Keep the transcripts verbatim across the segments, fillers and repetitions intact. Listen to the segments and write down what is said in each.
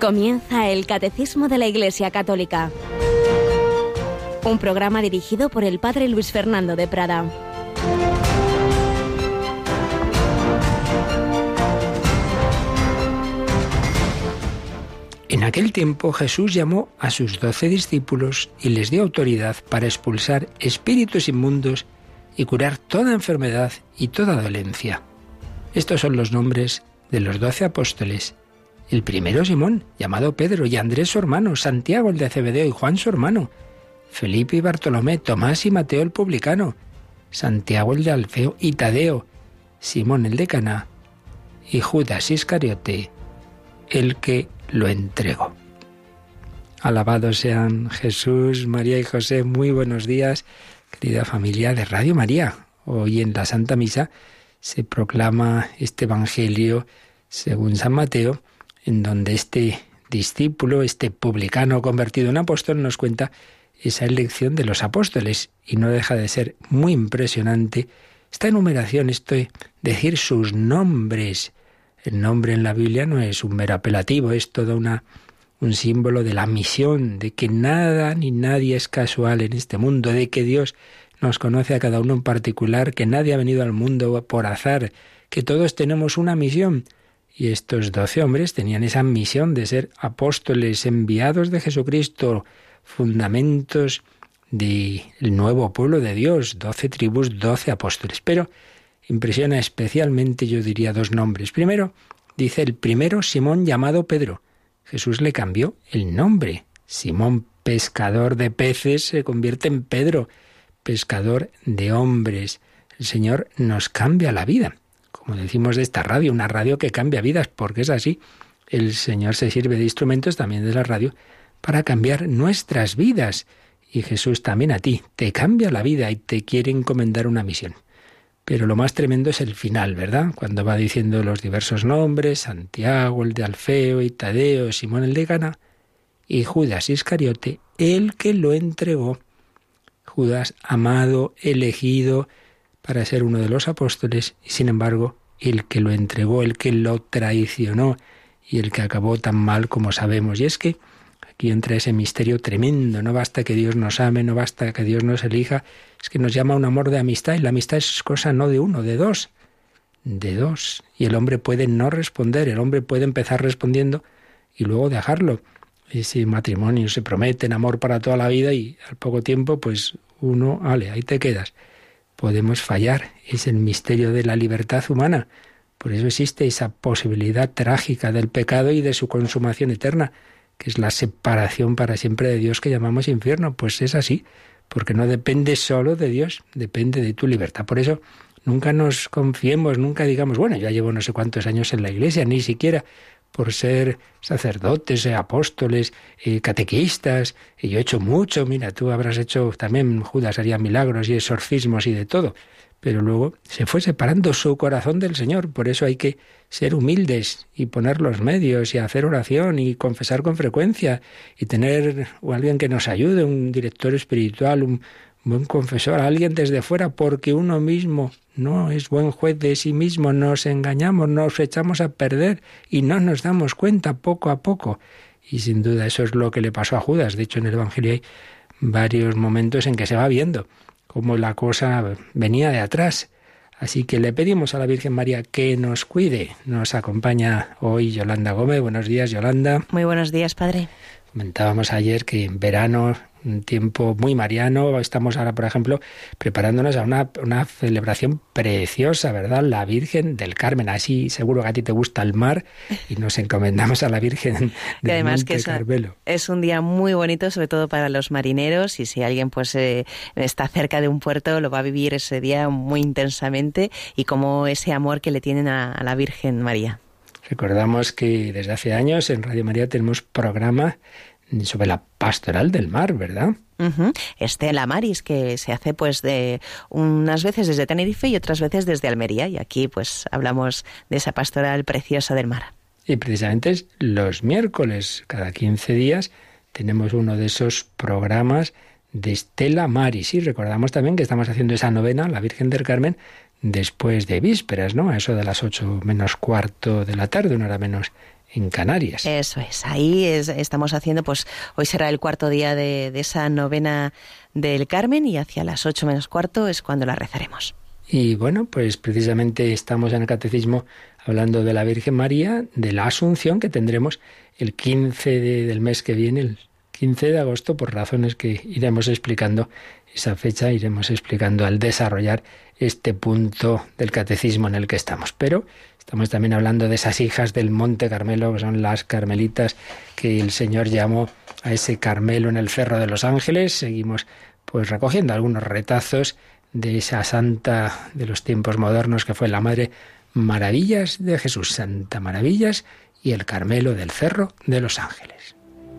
Comienza el Catecismo de la Iglesia Católica, un programa dirigido por el Padre Luis Fernando de Prada. En aquel tiempo Jesús llamó a sus doce discípulos y les dio autoridad para expulsar espíritus inmundos y curar toda enfermedad y toda dolencia. Estos son los nombres de los doce apóstoles. El primero Simón, llamado Pedro, y Andrés su hermano, Santiago el de Zebedeo y Juan su hermano, Felipe y Bartolomé, Tomás y Mateo el publicano, Santiago el de Alfeo y Tadeo, Simón el de Caná y Judas Iscariote, el que lo entregó. Alabados sean Jesús, María y José. Muy buenos días, querida familia de Radio María. Hoy en la Santa Misa se proclama este Evangelio según San Mateo, en donde este discípulo, este publicano convertido en apóstol, nos cuenta esa elección de los apóstoles, y no deja de ser muy impresionante esta enumeración, esto de decir sus nombres. El nombre en la Biblia no es un mero apelativo, es todo una, un símbolo de la misión, de que nada ni nadie es casual en este mundo, de que Dios nos conoce a cada uno en particular, que nadie ha venido al mundo por azar, que todos tenemos una misión. Y estos doce hombres tenían esa misión de ser apóstoles enviados de Jesucristo, fundamentos del nuevo pueblo de Dios, doce tribus, doce apóstoles. Pero impresiona especialmente, yo diría, dos nombres. Primero, dice el primero, Simón llamado Pedro. Jesús le cambió el nombre. Simón, pescador de peces, se convierte en Pedro, pescador de hombres. El Señor nos cambia la vida. Como decimos de esta radio, una radio que cambia vidas, porque es así. El Señor se sirve de instrumentos también de la radio para cambiar nuestras vidas. Y Jesús también a ti te cambia la vida y te quiere encomendar una misión. Pero lo más tremendo es el final, ¿verdad? Cuando va diciendo los diversos nombres, Santiago, el de Alfeo y Tadeo, Simón el de Caná, y Judas Iscariote, el que lo entregó. Judas, amado, elegido para ser uno de los apóstoles, y sin embargo, el que lo entregó, el que lo traicionó, y el que acabó tan mal como sabemos. Y es que aquí entra ese misterio tremendo. No basta que Dios nos ame, no basta que Dios nos elija, es que nos llama a un amor de amistad, y la amistad es cosa no de uno, de dos, de dos. Y el hombre puede no responder, el hombre puede empezar respondiendo y luego dejarlo. Ese matrimonio se promete en amor para toda la vida y al poco tiempo, pues uno, vale, ahí te quedas. Podemos fallar, es el misterio de la libertad humana. Por eso existe esa posibilidad trágica del pecado y de su consumación eterna, que es la separación para siempre de Dios que llamamos infierno. Pues es así, porque no depende solo de Dios, depende de tu libertad. Por eso nunca nos confiemos, nunca digamos, bueno, ya llevo no sé cuántos años en la Iglesia, ni siquiera por ser sacerdotes, eh, apóstoles, eh, catequistas, y yo he hecho mucho, mira, tú habrás hecho también, Judas haría milagros y exorcismos y de todo. Pero luego se fue separando su corazón del Señor. Por eso hay que ser humildes y poner los medios y hacer oración y confesar con frecuencia y tener o alguien que nos ayude, un director espiritual, un buen confesor, alguien desde fuera, porque uno mismo no es buen juez de sí mismo, nos engañamos, nos echamos a perder y no nos damos cuenta poco a poco. Y sin duda eso es lo que le pasó a Judas. De hecho, en el Evangelio hay varios momentos en que se va viendo cómo la cosa venía de atrás. Así que le pedimos a la Virgen María que nos cuide. Nos acompaña hoy Yolanda Gómez. Buenos días, Yolanda. Muy buenos días, padre. Comentábamos ayer que en verano, un tiempo muy mariano, estamos ahora, por ejemplo, preparándonos a una, una celebración preciosa, ¿verdad? La Virgen del Carmen. Así seguro que a ti te gusta el mar y nos encomendamos a la Virgen del además Monte que es, Carmelo. Es un día muy bonito, sobre todo para los marineros, y si alguien pues eh, está cerca de un puerto, lo va a vivir ese día muy intensamente, y como ese amor que le tienen a, a la Virgen María. Recordamos que desde hace años en Radio María tenemos programa sobre la pastoral del mar, ¿verdad? Uh-huh. Estela Maris, que se hace pues de unas veces desde Tenerife y otras veces desde Almería, y aquí pues hablamos de esa pastoral preciosa del mar. Y precisamente es los miércoles, cada quince días, tenemos uno de esos programas de Estela Maris. Y recordamos también que estamos haciendo esa novena, la Virgen del Carmen, después de vísperas, ¿no? A eso de las ocho menos cuarto de la tarde, una hora menos en Canarias. Eso es, ahí es, estamos haciendo, pues hoy será el cuarto día de, de esa novena del Carmen y hacia las ocho menos cuarto es cuando la rezaremos. Y bueno, pues precisamente estamos en el Catecismo hablando de la Virgen María, de la Asunción que tendremos el quince de, del mes que viene, el quince de agosto, por razones que iremos explicando. Esa fecha iremos explicando al desarrollar este punto del Catecismo en el que estamos. Pero estamos también hablando de esas hijas del Monte Carmelo, que son las carmelitas que el Señor llamó a ese Carmelo en el Cerro de los Ángeles. Seguimos pues recogiendo algunos retazos de esa santa de los tiempos modernos que fue la Madre Maravillas de Jesús, Santa Maravillas y el Carmelo del Cerro de los Ángeles.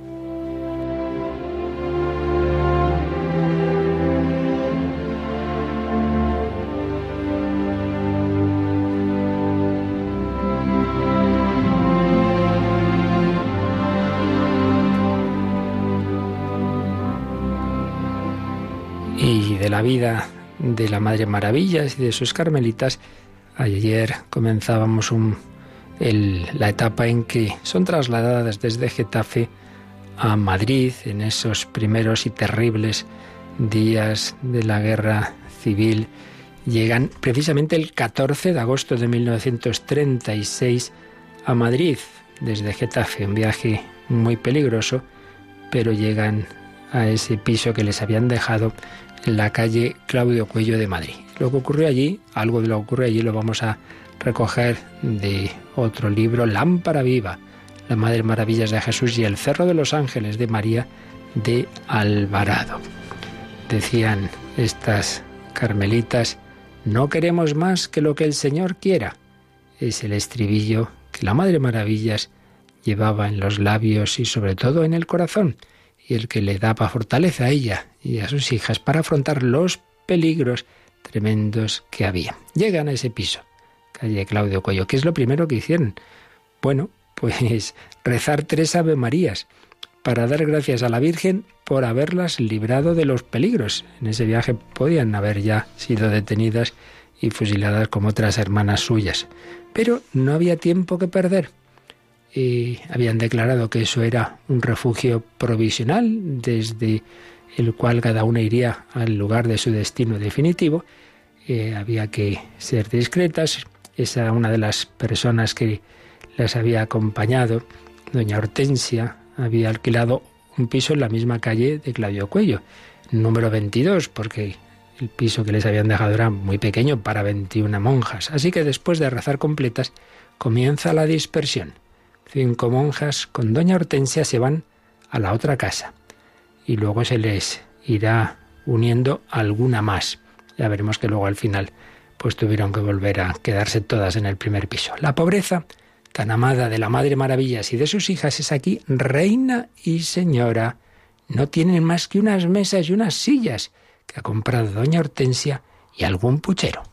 Y de la vida de la Madre Maravillas y de sus carmelitas, ayer comenzábamos un, el, la etapa en que son trasladadas desde Getafe a Madrid en esos primeros y terribles días de la guerra civil. Llegan precisamente el catorce de agosto de mil novecientos treinta y seis a Madrid desde Getafe, un viaje muy peligroso, pero llegan a ese piso que les habían dejado en la calle Claudio Cuello de Madrid. Lo que ocurrió allí, algo de lo que ocurrió allí lo vamos a recoger de otro libro, Lámpara Viva, la Madre Maravillas de Jesús y el Cerro de los Ángeles de María de Alvarado. Decían estas carmelitas, no queremos más que lo que el Señor quiera. Es el estribillo que la Madre Maravillas llevaba en los labios y sobre todo en el corazón, y el que le daba fortaleza a ella y a sus hijas para afrontar los peligros tremendos que había. Llegan a ese piso, calle Claudio Cuello. ¿Qué es lo primero que hicieron? Bueno, pues rezar tres Ave Marías para dar gracias a la Virgen por haberlas librado de los peligros. En ese viaje podían haber ya sido detenidas y fusiladas como otras hermanas suyas. Pero no había tiempo que perder. Y habían declarado que eso era un refugio provisional desde el cual cada una iría al lugar de su destino definitivo. Eh, había que ser discretas. Esa una de las personas que las había acompañado, doña Hortensia, había alquilado un piso en la misma calle de Claudio Cuello, número veintidós, porque el piso que les habían dejado era muy pequeño para veintiuna monjas. Así que después de rezar completas, comienza la dispersión. Cinco monjas con doña Hortensia se van a la otra casa y luego se les irá uniendo alguna más. Ya veremos que luego al final pues tuvieron que volver a quedarse todas en el primer piso. La pobreza tan amada de la Madre Maravillas y de sus hijas es aquí reina y señora. No tienen más que unas mesas y unas sillas que ha comprado doña Hortensia y algún puchero.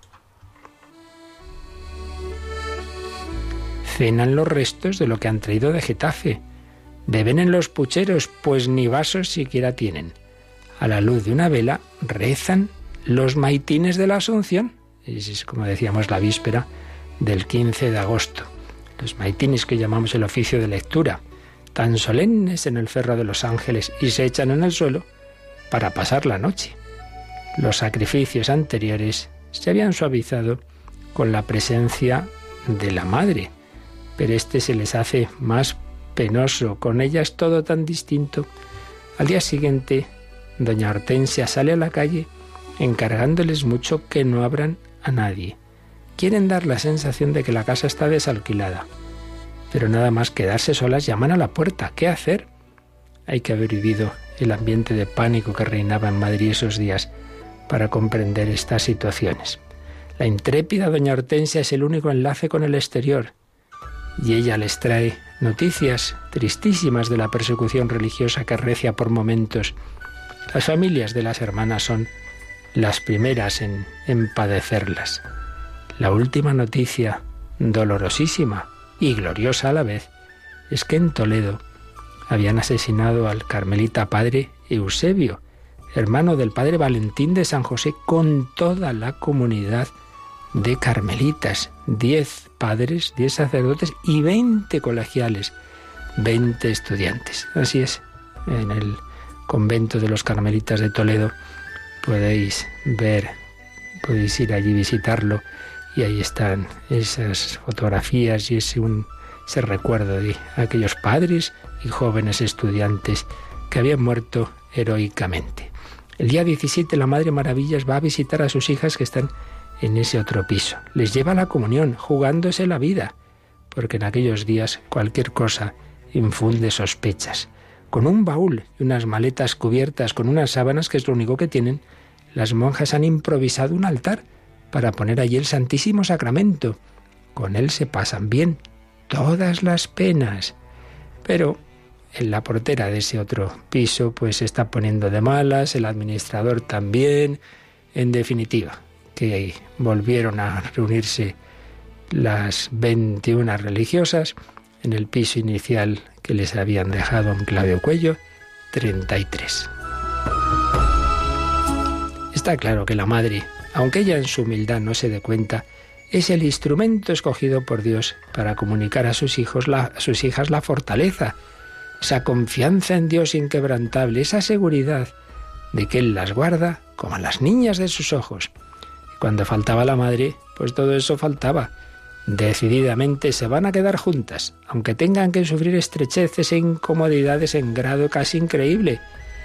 Cenan los restos de lo que han traído de Getafe. Beben en los pucheros, pues ni vasos siquiera tienen. A la luz de una vela rezan los maitines de la Asunción. Es como decíamos la víspera del quince de agosto. Los maitines que llamamos el oficio de lectura, tan solemnes en el Cerro de los Ángeles y se echan en el suelo para pasar la noche. Los sacrificios anteriores se habían suavizado con la presencia de la Madre, pero este se les hace más penoso. Con ella es todo tan distinto. Al día siguiente, doña Hortensia sale a la calle encargándoles mucho que no abran a nadie. Quieren dar la sensación de que la casa está desalquilada, pero nada más quedarse solas llaman a la puerta. ¿Qué hacer? Hay que haber vivido el ambiente de pánico que reinaba en Madrid esos días para comprender estas situaciones. La intrépida doña Hortensia es el único enlace con el exterior, y ella les trae noticias tristísimas de la persecución religiosa que arrecia por momentos. Las familias de las hermanas son las primeras en, en padecerlas. La última noticia, dolorosísima y gloriosa a la vez, es que en Toledo habían asesinado al carmelita padre Eusebio, hermano del padre Valentín de San José, con toda la comunidad de carmelitas, diez padres, diez sacerdotes y veinte colegiales, veinte estudiantes. Así es, en el convento de los Carmelitas de Toledo podéis ver, podéis ir allí visitarlo, y ahí están esas fotografías y ese, un, ese recuerdo de aquellos padres y jóvenes estudiantes que habían muerto heroicamente. El día diecisiete la Madre Maravillas va a visitar a sus hijas que están en ese otro piso. Les lleva a la comunión, jugándose la vida, porque en aquellos días cualquier cosa infunde sospechas. Con un baúl y unas maletas cubiertas con unas sábanas, que es lo único que tienen, las monjas han improvisado un altar para poner allí el Santísimo Sacramento. Con él se pasan bien todas las penas. Pero en la portera de ese otro piso pues se está poniendo de malas, el administrador también. En definitiva, que volvieron a reunirse las veintiuna religiosas en el piso inicial que les habían dejado en Claudio Cuello, treinta y tres. Está claro que la Madre, aunque ella en su humildad no se dé cuenta, es el instrumento escogido por Dios para comunicar a sus hijos, la, a sus hijas la fortaleza, esa confianza en Dios inquebrantable, esa seguridad de que Él las guarda como a las niñas de sus ojos. Cuando faltaba la Madre, pues todo eso faltaba. Decididamente se van a quedar juntas, aunque tengan que sufrir estrecheces e incomodidades en grado casi increíble.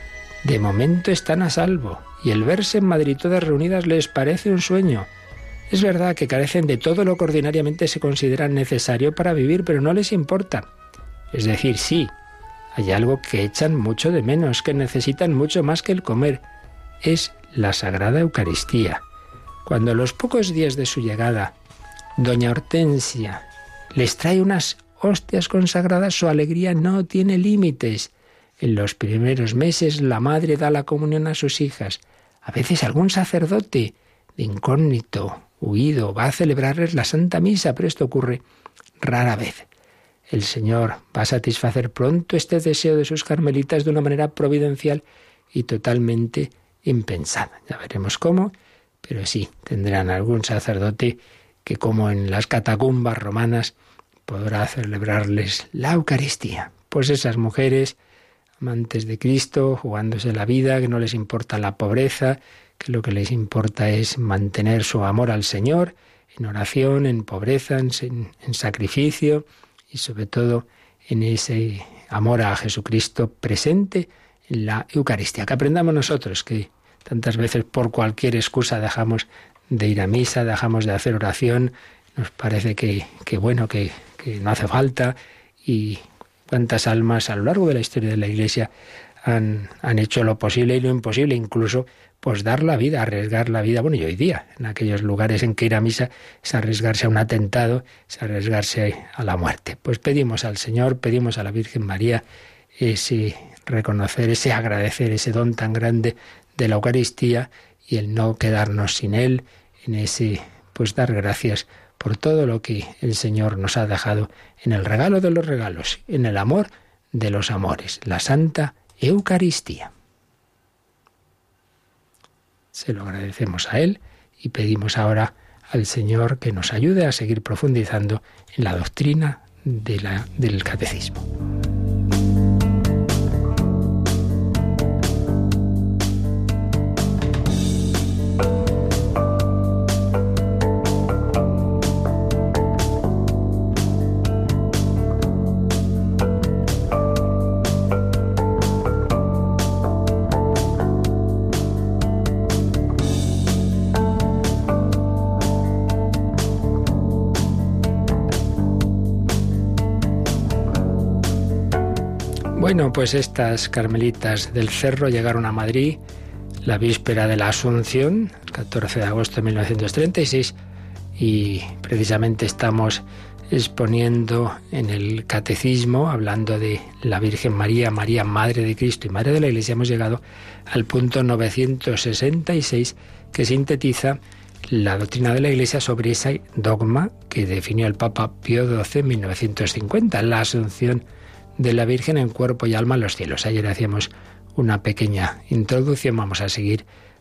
De momento están a salvo, y el verse en Madrid todas reunidas les parece un sueño. Es verdad que carecen de todo lo que ordinariamente se considera necesario para vivir, pero no les importa. Es decir, sí, hay algo que echan mucho de menos, que necesitan mucho más que el comer. Es la Sagrada Eucaristía. Cuando a los pocos días de su llegada, doña Hortensia les trae unas hostias consagradas, su alegría no tiene límites. En los primeros meses la madre da la comunión a sus hijas. A veces algún sacerdote de incógnito, huido, va a celebrarles la Santa Misa, pero esto ocurre rara vez. El Señor va a satisfacer pronto este deseo de sus carmelitas de una manera providencial y totalmente impensada. Ya veremos cómo, pero sí, tendrán algún sacerdote que, como en las catacumbas romanas, podrá celebrarles la Eucaristía. Pues esas mujeres, amantes de Cristo, jugándose la vida, que no les importa la pobreza, que lo que les importa es mantener su amor al Señor, en oración, en pobreza, en, en sacrificio y sobre todo en ese amor a Jesucristo presente en la Eucaristía. Que aprendamos nosotros, que tantas veces por cualquier excusa dejamos de ir a misa, dejamos de hacer oración, nos parece que, que bueno, que, que no hace falta, y cuántas almas a lo largo de la historia de la Iglesia han, han hecho lo posible y lo imposible, incluso pues dar la vida, arriesgar la vida. Bueno, y hoy día, en aquellos lugares en que ir a misa es arriesgarse a un atentado, es arriesgarse a la muerte. Pues pedimos al Señor, pedimos a la Virgen María ese reconocer, ese agradecer, ese don tan grande de la Eucaristía, y el no quedarnos sin él, en ese pues dar gracias por todo lo que el Señor nos ha dejado en el regalo de los regalos, en el amor de los amores, la Santa Eucaristía. Se lo agradecemos a Él y pedimos ahora al Señor que nos ayude a seguir profundizando en la doctrina de la, del catecismo. Bueno, pues estas carmelitas del Cerro llegaron a Madrid la víspera de la Asunción, el catorce de agosto de mil novecientos treinta y seis, y precisamente estamos exponiendo en el Catecismo, hablando de la Virgen María, María Madre de Cristo y Madre de la Iglesia, hemos llegado al punto novecientos sesenta y seis, que sintetiza la doctrina de la Iglesia sobre ese dogma que definió el Papa Pío doce en mil novecientos cincuenta, la Asunción de la Virgen en cuerpo y alma a los cielos. Ayer hacíamos una pequeña introducción, vamos a seguir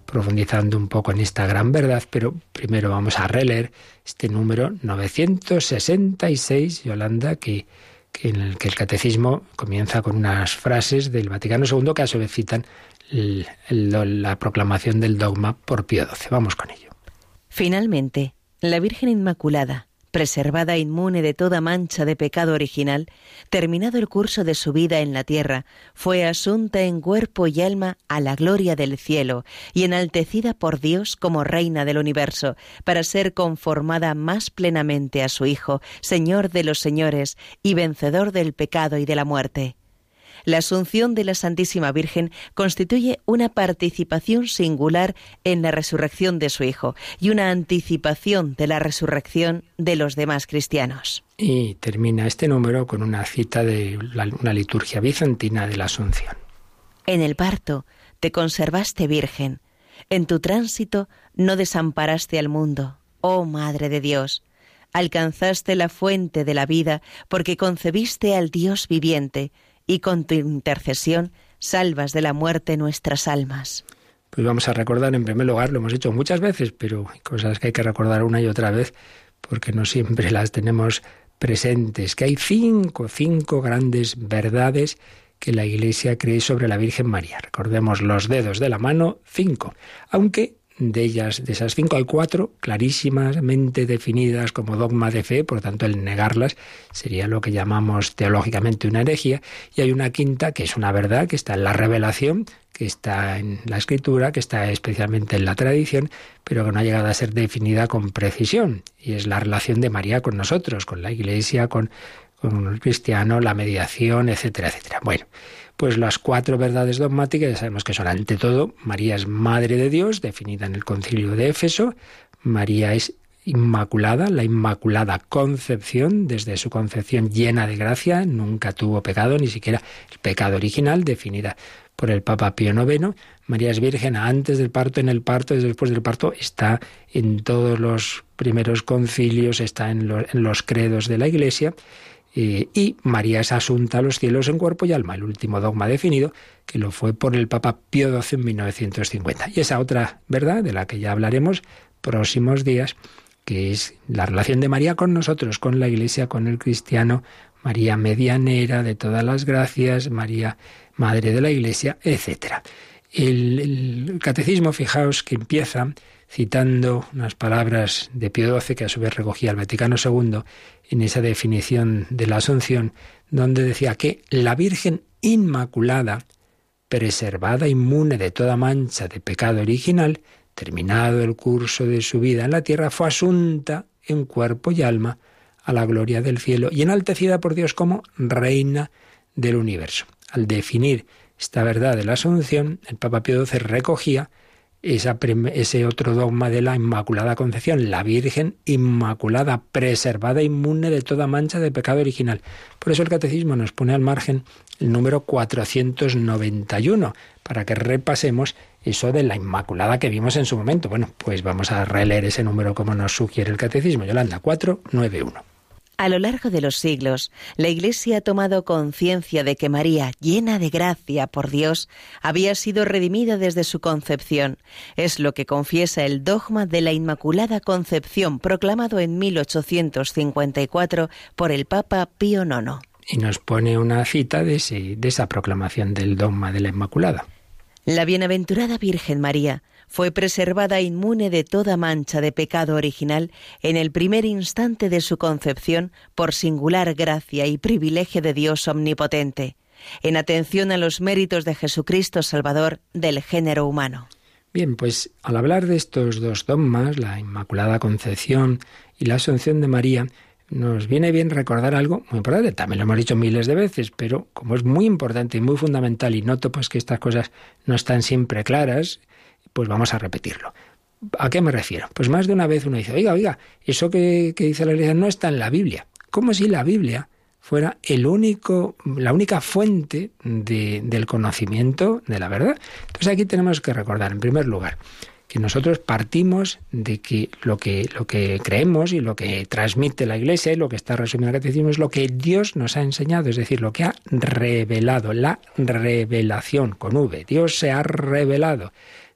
profundizando un poco en esta gran verdad, pero primero vamos a releer este número novecientos sesenta y seis, Yolanda, que, que en el que el catecismo comienza con unas frases del Vaticano segundo que a su vez citan el, el, la proclamación del dogma por Pío doce. Vamos con ello. Finalmente, la Virgen Inmaculada, preservada inmune de toda mancha de pecado original, terminado el curso de su vida en la tierra, fue asunta en cuerpo y alma a la gloria del cielo y enaltecida por Dios como Reina del universo, para ser conformada más plenamente a su Hijo, Señor de los señores y vencedor del pecado y de la muerte. La asunción de la Santísima Virgen constituye una participación singular en la resurrección de su Hijo y una anticipación de la resurrección de los demás cristianos. Y termina este número con una cita de la, una liturgia bizantina de la Asunción. En el parto te conservaste virgen, en tu tránsito no desamparaste al mundo, oh Madre de Dios. Alcanzaste la fuente de la vida porque concebiste al Dios viviente, y con tu intercesión salvas de la muerte nuestras almas. Pues vamos a recordar en primer lugar, lo hemos hecho muchas veces, pero hay cosas que hay que recordar una y otra vez porque no siempre las tenemos presentes, que hay cinco, cinco grandes verdades que la Iglesia cree sobre la Virgen María. Recordemos los dedos de la mano, cinco, aunque de ellas, de esas cinco, hay cuatro clarísimamente definidas como dogma de fe, por tanto el negarlas sería lo que llamamos teológicamente una herejía, y hay una quinta que es una verdad, que está en la revelación, que está en la Escritura, que está especialmente en la tradición, pero que no ha llegado a ser definida con precisión, y es la relación de María con nosotros, con la Iglesia, con, con el cristiano, la mediación, etcétera, etcétera. Bueno, pues las cuatro verdades dogmáticas ya sabemos que son, ante todo, María es Madre de Dios, definida en el Concilio de Éfeso. María es Inmaculada, la Inmaculada Concepción, desde su concepción llena de gracia, nunca tuvo pecado, ni siquiera el pecado original, definida por el Papa Pío noveno. María es virgen antes del parto, en el parto, después del parto, está en todos los primeros concilios, está en los, en los credos de la Iglesia. Eh, y María es asunta a los cielos en cuerpo y alma, el último dogma definido, que lo fue por el Papa Pío doce en mil novecientos cincuenta. Y esa otra verdad, de la que ya hablaremos próximos días, que es la relación de María con nosotros, con la Iglesia, con el cristiano, María medianera de todas las gracias, María Madre de la Iglesia, etcétera. El, el catecismo, fijaos que empieza citando unas palabras de Pío doce que a su vez recogía el Vaticano segundo en esa definición de la Asunción, donde decía que la Virgen Inmaculada, preservada inmune de toda mancha de pecado original, terminado el curso de su vida en la tierra, fue asunta en cuerpo y alma a la gloria del cielo y enaltecida por Dios como Reina del universo. Al definir esta verdad de la Asunción, el Papa Pío doce recogía esa, ese otro dogma de la Inmaculada Concepción, la Virgen Inmaculada, preservada inmune de toda mancha de pecado original. Por eso el Catecismo nos pone al margen el número cuatrocientos noventa y uno, para que repasemos eso de la Inmaculada que vimos en su momento. Bueno, pues vamos a releer ese número como nos sugiere el Catecismo. Yolanda, cuatrocientos noventa y uno. A lo largo de los siglos, la Iglesia ha tomado conciencia de que María, llena de gracia por Dios, había sido redimida desde su concepción. Es lo que confiesa el dogma de la Inmaculada Concepción, proclamado en mil ochocientos cincuenta y cuatro por el Papa Pío nono. Y nos pone una cita de, ese, de esa proclamación del dogma de la Inmaculada. La bienaventurada Virgen María fue preservada inmune de toda mancha de pecado original en el primer instante de su concepción por singular gracia y privilegio de Dios omnipotente, en atención a los méritos de Jesucristo Salvador del género humano. Bien, pues al hablar de estos dos dogmas, la Inmaculada Concepción y la Asunción de María, nos viene bien recordar algo muy importante. También lo hemos dicho miles de veces, pero como es muy importante y muy fundamental, y noto pues que estas cosas no están siempre claras, pues vamos a repetirlo. ¿A qué me refiero? Pues más de una vez uno dice, oiga, oiga, eso que, que dice la Iglesia no está en la Biblia. Como si la Biblia fuera el único, la única fuente de, del conocimiento de la verdad. Entonces aquí tenemos que recordar, en primer lugar, que nosotros partimos de que lo que lo que creemos y lo que transmite la Iglesia y lo que está resumido en el Catecismo es lo que Dios nos ha enseñado, es decir, lo que ha revelado, la revelación con V. Dios se ha revelado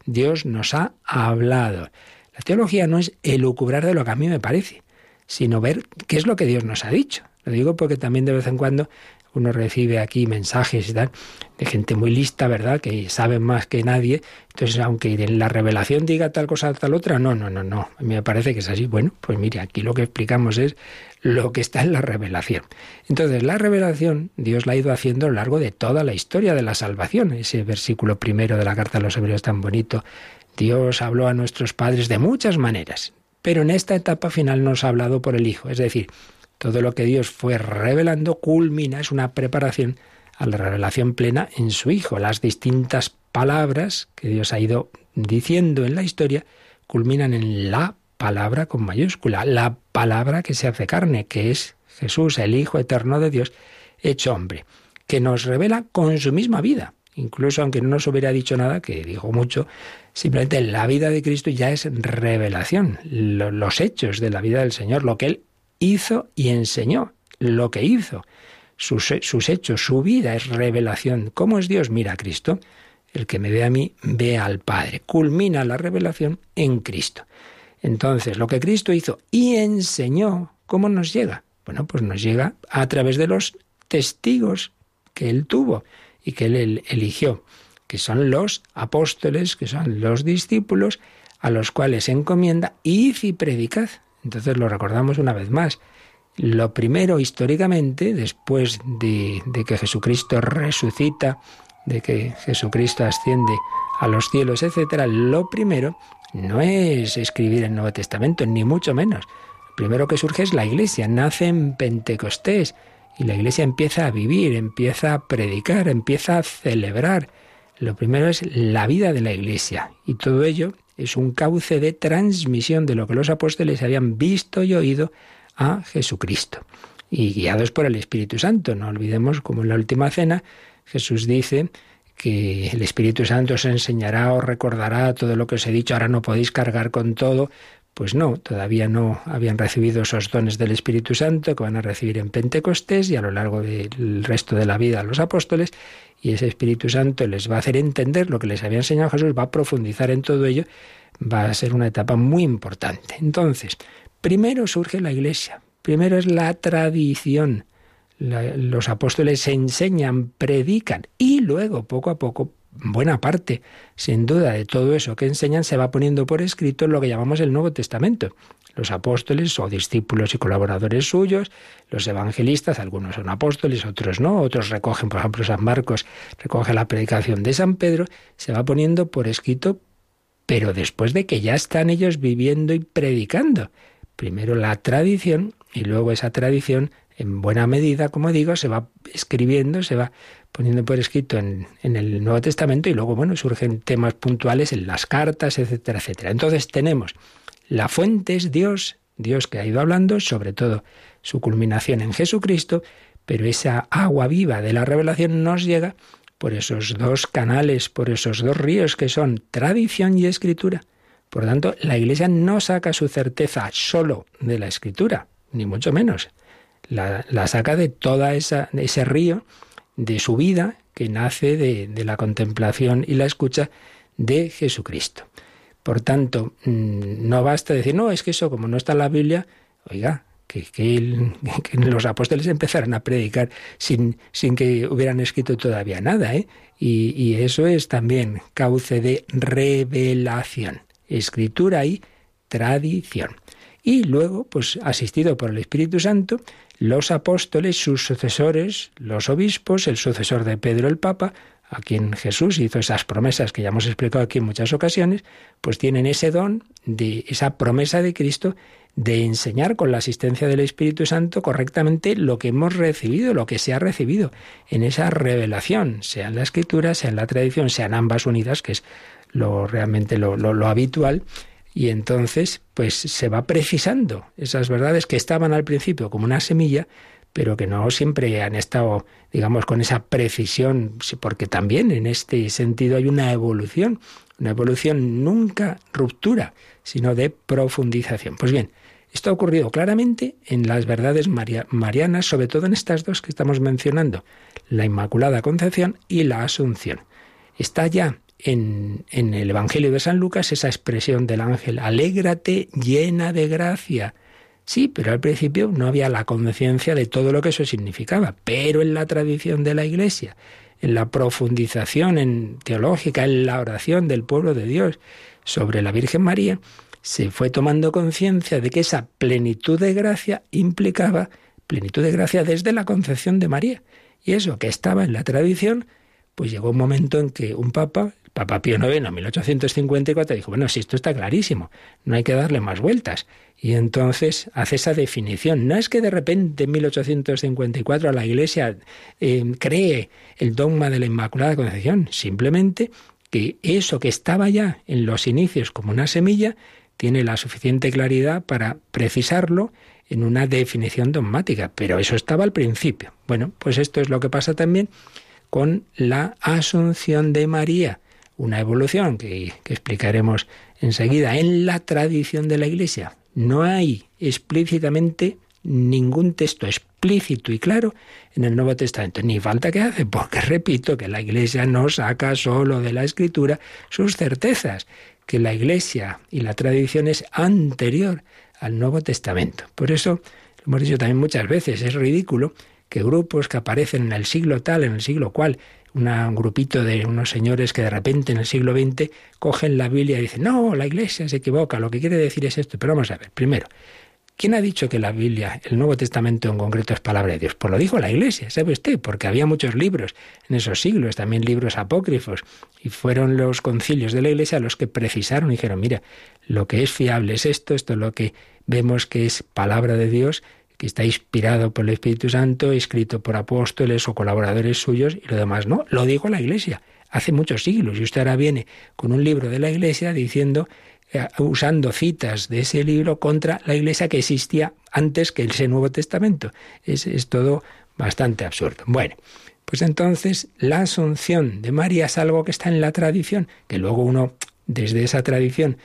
Dios nos ha hablado. La teología no es elucubrar de lo que a mí me parece, sino ver qué es lo que Dios nos ha dicho. Lo digo porque también de vez en cuando uno recibe aquí mensajes y tal, de gente muy lista, ¿verdad?, que saben más que nadie. Entonces, aunque en la revelación diga tal cosa, tal otra, no, no, no, no. A mí me parece que es así. Bueno, pues mire, aquí lo que explicamos es lo que está en la revelación. Entonces, la revelación Dios la ha ido haciendo a lo largo de toda la historia de la salvación. Ese versículo primero de la carta a los Hebreos tan bonito. Dios habló a nuestros padres de muchas maneras, pero en esta etapa final nos ha hablado por el Hijo. Es decir, todo lo que Dios fue revelando culmina, es una preparación a la revelación plena en su Hijo. Las distintas palabras que Dios ha ido diciendo en la historia culminan en la palabra con mayúscula, la palabra que se hace carne, que es Jesús, el Hijo eterno de Dios, hecho hombre, que nos revela con su misma vida. Incluso aunque no nos hubiera dicho nada, que dijo mucho, simplemente la vida de Cristo ya es revelación, los hechos de la vida del Señor, lo que Él hizo y enseñó, lo que hizo, sus, sus hechos, su vida es revelación. ¿Cómo es Dios? Mira a Cristo. El que me ve a mí, ve al Padre. Culmina la revelación en Cristo. Entonces, lo que Cristo hizo y enseñó, ¿cómo nos llega? Bueno, pues nos llega a través de los testigos que Él tuvo y que Él eligió, que son los apóstoles, que son los discípulos, a los cuales encomienda, id y predicad. Entonces lo recordamos una vez más. Lo primero, históricamente, después de, de que Jesucristo resucita, de que Jesucristo asciende a los cielos, etcétera, lo primero no es escribir el Nuevo Testamento, ni mucho menos. Lo primero que surge es la Iglesia, nace en Pentecostés, y la Iglesia empieza a vivir, empieza a predicar, empieza a celebrar. Lo primero es la vida de la Iglesia, y todo ello es un cauce de transmisión de lo que los apóstoles habían visto y oído a Jesucristo. Y guiados por el Espíritu Santo. No olvidemos, como en la última cena, Jesús dice que el Espíritu Santo os enseñará, os recordará todo lo que os he dicho, ahora no podéis cargar con todo. Pues no, todavía no habían recibido esos dones del Espíritu Santo que van a recibir en Pentecostés y a lo largo del resto de la vida a los apóstoles, y ese Espíritu Santo les va a hacer entender lo que les había enseñado Jesús, va a profundizar en todo ello, va a ser una etapa muy importante. Entonces, primero surge la Iglesia, primero es la tradición, la, los apóstoles enseñan, predican, y luego, poco a poco, buena parte, sin duda, de todo eso que enseñan se va poniendo por escrito en lo que llamamos el Nuevo Testamento. Los apóstoles o discípulos y colaboradores suyos, los evangelistas, algunos son apóstoles, otros no, otros recogen, por ejemplo, San Marcos recoge la predicación de San Pedro, se va poniendo por escrito, pero después de que ya están ellos viviendo y predicando. Primero la tradición y luego esa tradición, en buena medida, como digo, se va escribiendo, se va poniendo por escrito en, en el Nuevo Testamento, y luego, bueno, surgen temas puntuales en las cartas, etcétera, etcétera. Entonces tenemos, la fuente es Dios, Dios que ha ido hablando, sobre todo su culminación en Jesucristo, pero esa agua viva de la revelación nos llega por esos dos canales, por esos dos ríos que son tradición y escritura. Por tanto, la Iglesia no saca su certeza solo de la escritura, ni mucho menos. La, la saca de toda esa, de ese río, de su vida, que nace de, de la contemplación y la escucha de Jesucristo. Por tanto, no basta decir, no, es que eso, como no está en la Biblia, oiga, que, que, el, que los apóstoles empezaron a predicar sin, sin que hubieran escrito todavía nada, ¿eh? Y, y eso es también cauce de revelación, escritura y tradición. Y luego, pues asistido por el Espíritu Santo, los apóstoles, sus sucesores, los obispos, el sucesor de Pedro el Papa, a quien Jesús hizo esas promesas que ya hemos explicado aquí en muchas ocasiones, pues tienen ese don, de esa promesa de Cristo, de enseñar con la asistencia del Espíritu Santo correctamente lo que hemos recibido, lo que se ha recibido en esa revelación, sea en la Escritura, sea en la tradición, sean ambas unidas, que es lo realmente lo, lo, lo habitual. Y entonces, pues se va precisando esas verdades que estaban al principio como una semilla, pero que no siempre han estado, digamos, con esa precisión, porque también en este sentido hay una evolución, una evolución nunca ruptura, sino de profundización. Pues bien, esto ha ocurrido claramente en las verdades maria, marianas, sobre todo en estas dos que estamos mencionando, la Inmaculada Concepción y la Asunción. Está ya en, en el Evangelio de San Lucas esa expresión del ángel, alégrate llena de gracia. Sí, pero al principio no había la conciencia de todo lo que eso significaba, pero en la tradición de la Iglesia, en la profundización en teológica, en la oración del pueblo de Dios sobre la Virgen María, se fue tomando conciencia de que esa plenitud de gracia implicaba plenitud de gracia desde la concepción de María. Y eso que estaba en la tradición, pues llegó un momento en que un papa, el Papa Pío noveno, en mil ochocientos cincuenta y cuatro, dijo, bueno, si esto está clarísimo, no hay que darle más vueltas. Y entonces hace esa definición. No es que de repente en mil ochocientos cincuenta y cuatro la Iglesia eh, cree el dogma de la Inmaculada Concepción, simplemente que eso que estaba ya en los inicios como una semilla, tiene la suficiente claridad para precisarlo en una definición dogmática, pero eso estaba al principio. Bueno, pues esto es lo que pasa también con la Asunción de María, una evolución que, que explicaremos enseguida. En la tradición de la Iglesia no hay explícitamente ningún texto explícito y claro en el Nuevo Testamento, ni falta que hace, porque repito que la Iglesia no saca solo de la Escritura sus certezas, que la Iglesia y la tradición es anterior al Nuevo Testamento. Por eso, lo hemos dicho también muchas veces, es ridículo que grupos que aparecen en el siglo tal, en el siglo cual, una, un grupito de unos señores que de repente en el siglo veinte cogen la Biblia y dicen, no, la Iglesia se equivoca, lo que quiere decir es esto. Pero vamos a ver, primero, ¿quién ha dicho que la Biblia, el Nuevo Testamento en concreto, es palabra de Dios? Pues lo dijo la Iglesia, ¿sabe usted? Porque había muchos libros en esos siglos, también libros apócrifos, y fueron los concilios de la Iglesia los que precisaron y dijeron, mira, lo que es fiable es esto, esto es lo que vemos que es palabra de Dios, que está inspirado por el Espíritu Santo, escrito por apóstoles o colaboradores suyos, y lo demás no. Lo dijo la Iglesia hace muchos siglos, y usted ahora viene con un libro de la Iglesia diciendo, eh, usando citas de ese libro contra la Iglesia que existía antes que ese Nuevo Testamento. Es, es todo bastante absurdo. Bueno, pues entonces la Asunción de María es algo que está en la tradición, que luego uno desde esa tradición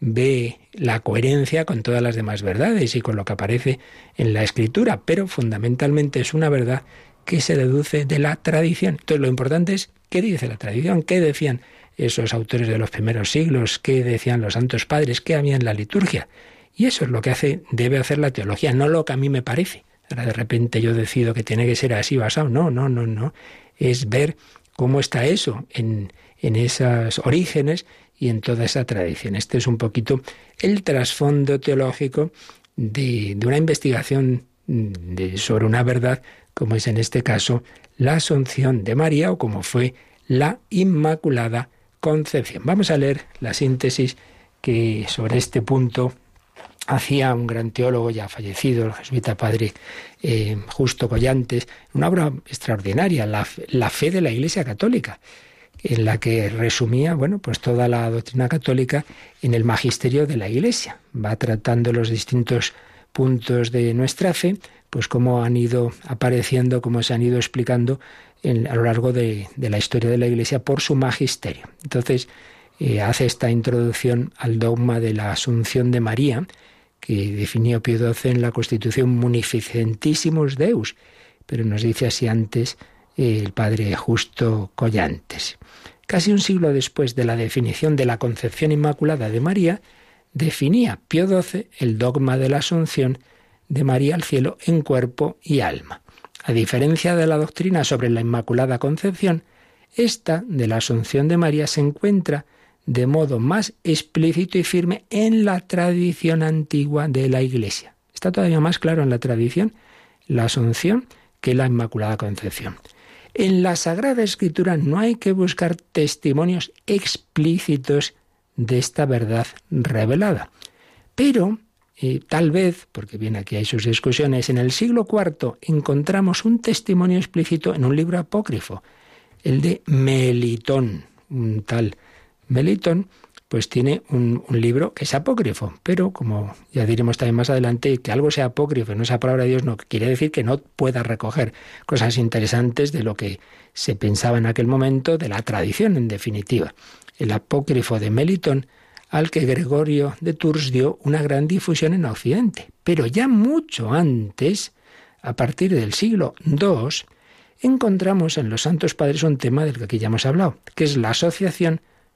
ve la coherencia con todas las demás verdades y con lo que aparece en la Escritura, pero fundamentalmente es una verdad que se deduce de la tradición. Entonces lo importante es qué dice la tradición, qué decían esos autores de los primeros siglos, qué decían los santos padres, qué había en la liturgia. Y eso es lo que hace, debe hacer la teología, no lo que a mí me parece. Ahora de repente yo decido que tiene que ser así basado. No, no, no, no. Es ver cómo está eso en, en esos orígenes y en toda esa tradición. Este es un poquito el trasfondo teológico de, de una investigación de, sobre una verdad, como es en este caso la Asunción de María o como fue la Inmaculada Concepción. Vamos a leer la síntesis que sobre este punto hacía un gran teólogo ya fallecido, el jesuita padre eh, Justo Collantes, una obra extraordinaria, la, la fe de la Iglesia Católica, en la que resumía, bueno, pues toda la doctrina católica en el magisterio de la Iglesia. Va tratando los distintos puntos de nuestra fe, pues cómo han ido apareciendo, cómo se han ido explicando en, a lo largo de, de la historia de la Iglesia por su magisterio. Entonces, eh, hace esta introducción al dogma de la Asunción de María, que definió Pío doce en la Constitución Munificentissimus Deus, pero nos dice así antes eh, el padre Justo Collantes. Casi un siglo después de la definición de la Concepción Inmaculada de María, definía Pío doce el dogma de la Asunción de María al cielo en cuerpo y alma. A diferencia de la doctrina sobre la Inmaculada Concepción, esta de la Asunción de María se encuentra de modo más explícito y firme en la tradición antigua de la Iglesia. Está todavía más claro en la tradición la Asunción que la Inmaculada Concepción. En la Sagrada Escritura no hay que buscar testimonios explícitos de esta verdad revelada. Pero, eh, tal vez, porque bien aquí hay sus discusiones, en el siglo cuarto encontramos un testimonio explícito en un libro apócrifo, el de Melitón. Un tal Melitón, pues tiene un, un libro que es apócrifo, pero como ya diremos también más adelante, que algo sea apócrifo y no sea palabra de Dios no quiere decir que no pueda recoger cosas interesantes de lo que se pensaba en aquel momento, de la tradición en definitiva. El apócrifo de Melitón, al que Gregorio de Tours dio una gran difusión en Occidente. Pero ya mucho antes, a partir del siglo segundo, encontramos en los Santos Padres un tema del que aquí ya hemos hablado, que es la asociación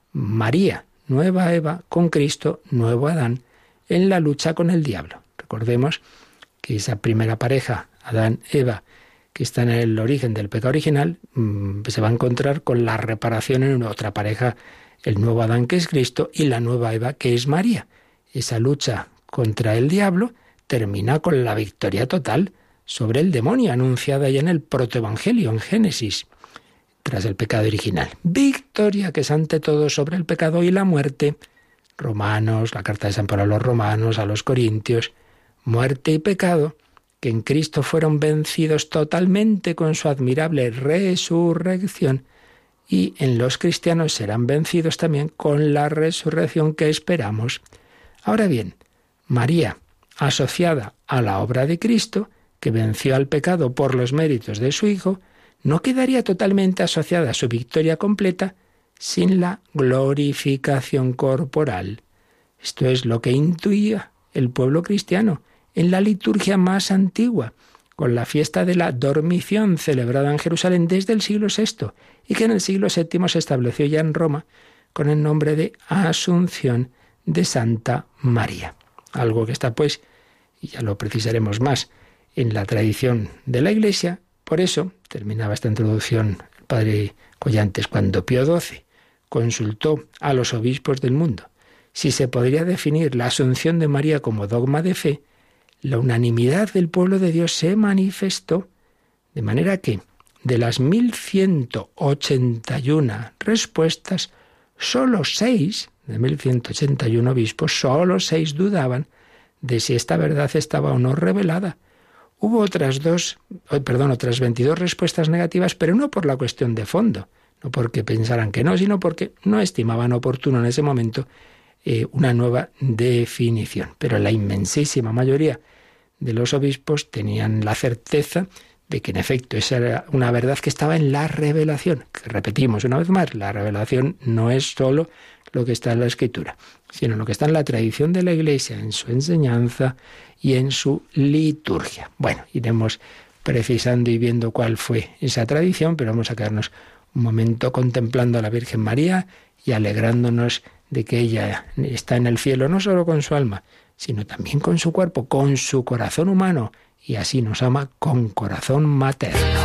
María, nueva Eva, con Cristo, nuevo Adán, en la lucha con el diablo. Recordemos que esa primera pareja, Adán-Eva, que está en el origen del pecado original, se va a encontrar con la reparación en otra pareja, el nuevo Adán, que es Cristo, y la nueva Eva, que es María. Esa lucha contra el diablo termina con la victoria total sobre el demonio, anunciada ya en el protoevangelio, en Génesis, tras el pecado original. Victoria que es ante todo sobre el pecado y la muerte. Romanos, la carta de San Pablo a los romanos, a los corintios, muerte y pecado, que en Cristo fueron vencidos totalmente con su admirable resurrección, y en los cristianos serán vencidos también con la resurrección que esperamos. Ahora bien, María, asociada a la obra de Cristo, que venció al pecado por los méritos de su Hijo, no quedaría totalmente asociada a su victoria completa sin la glorificación corporal. Esto es lo que intuía el pueblo cristiano en la liturgia más antigua, con la fiesta de la Dormición celebrada en Jerusalén desde el siglo sexto y que en el siglo séptimo se estableció ya en Roma con el nombre de Asunción de Santa María. Algo que está, pues, y ya lo precisaremos más, en la tradición de la Iglesia. Por eso, terminaba esta introducción el padre Collantes, cuando Pío doce consultó a los obispos del mundo si se podría definir la Asunción de María como dogma de fe, la unanimidad del pueblo de Dios se manifestó, de manera que de las mil ciento ochenta y una respuestas, solo seis, de mil ciento ochenta y uno obispos, solo seis dudaban de si esta verdad estaba o no revelada. Hubo otras dos, perdón, otras veintidós respuestas negativas, pero no por la cuestión de fondo, no porque pensaran que no, sino porque no estimaban oportuno en ese momento eh, una nueva definición. Pero la inmensísima mayoría de los obispos tenían la certeza de que en efecto esa era una verdad que estaba en la revelación. Que repetimos una vez más, la revelación no es solo lo que está en la Escritura, sino lo que está en la tradición de la Iglesia, en su enseñanza y en su liturgia. Bueno, iremos precisando y viendo cuál fue esa tradición, pero vamos a quedarnos un momento contemplando a la Virgen María y alegrándonos de que ella está en el cielo no solo con su alma, sino también con su cuerpo, con su corazón humano, y así nos ama con corazón materno.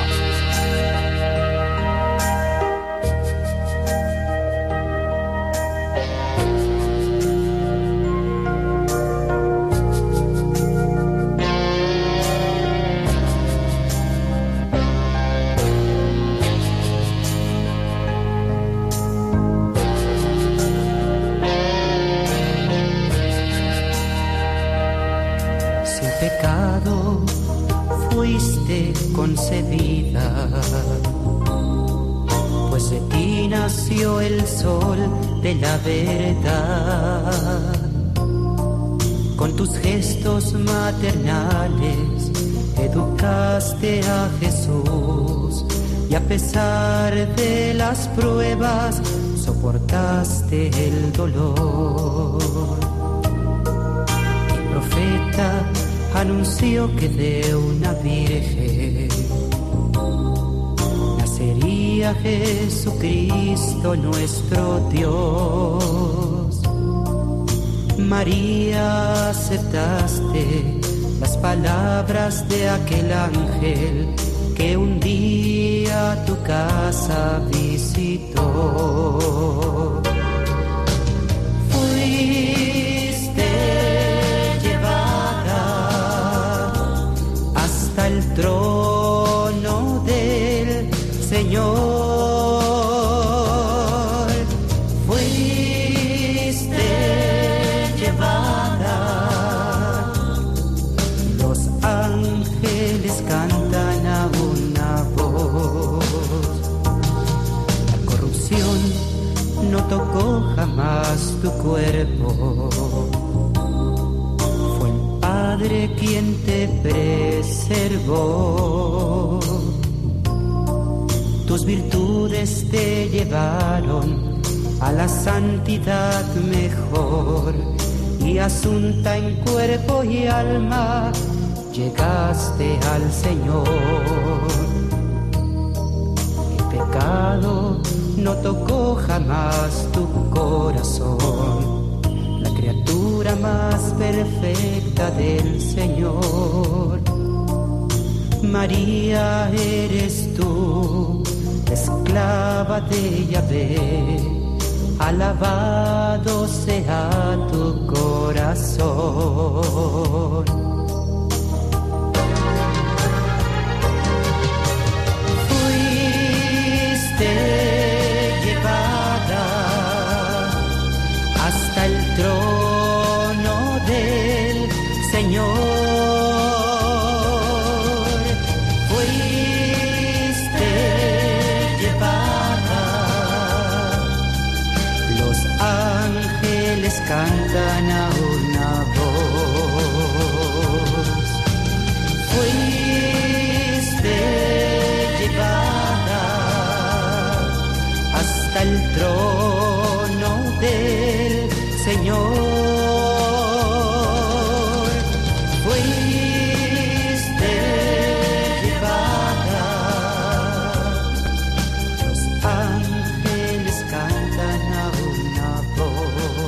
Concebida, pues de ti nació el sol de la verdad. Con tus gestos maternales educaste a Jesús y a pesar de las pruebas soportaste el dolor. El profeta anunció que de una virgen nacería Jesucristo nuestro Dios. María, aceptaste las palabras de aquel ángel que un día tu casa visitó. El trono del Señor, fuiste llevada. Los ángeles cantan a una voz. La corrupción no tocó jamás tu cuerpo. Padre quien te preservó, tus virtudes te llevaron a la santidad mejor, y asunta en cuerpo y alma llegaste al Señor. El pecado no tocó jamás tu corazón, la criatura más perfecta del Señor. María eres tú, esclava de Yahvé, alabado sea tu corazón. Fuiste llevada hasta el trono del Señor. Cantan a una voz. Fuiste llevada hasta el trono del Señor. Fuiste llevada. Los ángeles cantan a una voz.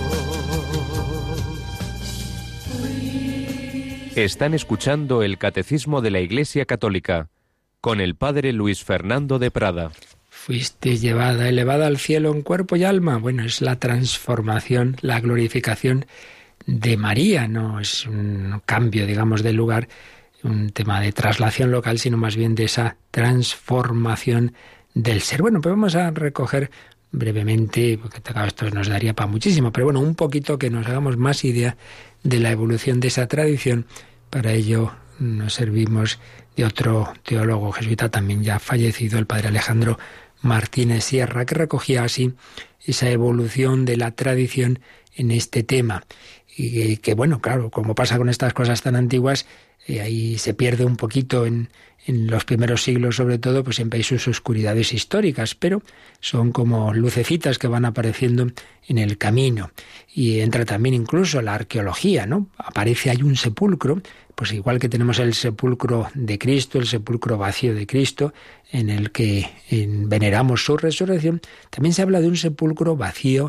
Están escuchando el Catecismo de la Iglesia Católica con el Padre Luis Fernando de Prada. Fuiste llevada, elevada al cielo en cuerpo y alma. Bueno, es la transformación, la glorificación de María. No es un cambio, digamos, de lugar, un tema de traslación local, sino más bien de esa transformación del ser. Bueno, pues vamos a recoger brevemente, porque esto nos daría para muchísimo, pero bueno, un poquito que nos hagamos más idea de la evolución de esa tradición. Para ello nos servimos de otro teólogo jesuita también ya fallecido, el padre Alejandro Martínez Sierra, que recogía así esa evolución de la tradición en este tema. Y que, que bueno, claro, como pasa con estas cosas tan antiguas, eh, ahí se pierde un poquito en, en los primeros siglos, sobre todo, pues siempre hay sus oscuridades históricas, pero son como lucecitas que van apareciendo en el camino. Y entra también incluso la arqueología, ¿no? Aparece ahí un sepulcro, pues igual que tenemos el sepulcro de Cristo, el sepulcro vacío de Cristo, en el que en, veneramos su resurrección, también se habla de un sepulcro vacío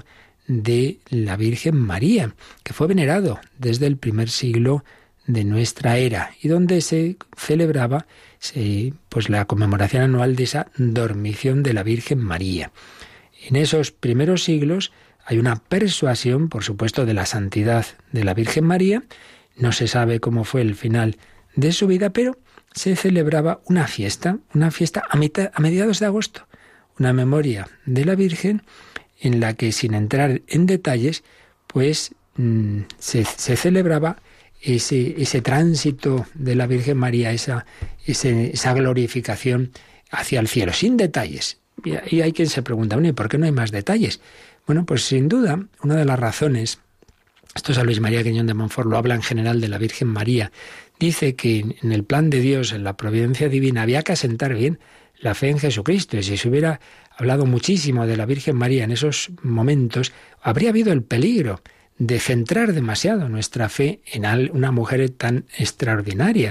de la Virgen María, que fue venerado desde el primer siglo de nuestra era y donde se celebraba se, pues la conmemoración anual de esa dormición de la Virgen María. En esos primeros siglos hay una persuasión, por supuesto, de la santidad de la Virgen María. No se sabe cómo fue el final de su vida, pero se celebraba una fiesta, una fiesta a, mitad, a mediados de agosto, una memoria de la Virgen en la que, sin entrar en detalles, pues mmm, se, se celebraba ese, ese tránsito de la Virgen María, esa, ese, esa glorificación hacia el cielo, sin detalles. Y, y hay quien se pregunta, bueno, ¿y por qué no hay más detalles? Bueno, pues sin duda, una de las razones, esto San Luis María Guiñón de Montfort lo habla en general de la Virgen María, dice que en el plan de Dios, en la providencia divina, había que asentar bien la fe en Jesucristo, y si se hubiera hablado muchísimo de la Virgen María en esos momentos, habría habido el peligro de centrar demasiado nuestra fe en una mujer tan extraordinaria.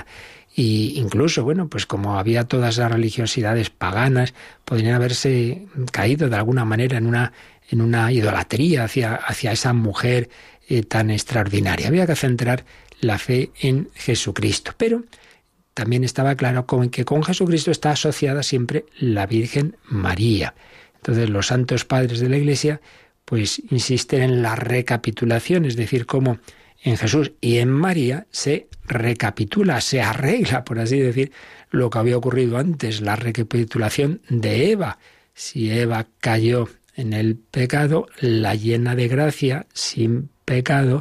Y incluso, bueno, pues como había todas las religiosidades paganas, podrían haberse caído de alguna manera en una, en una idolatría hacia, hacia esa mujer eh, tan extraordinaria. Había que centrar la fe en Jesucristo. Pero también estaba claro que con Jesucristo está asociada siempre la Virgen María. Entonces los santos padres de la Iglesia pues insisten en la recapitulación, es decir, cómo en Jesús y en María se recapitula, se arregla, por así decir, lo que había ocurrido antes, la recapitulación de Eva. Si Eva cayó en el pecado, la llena de gracia, sin pecado,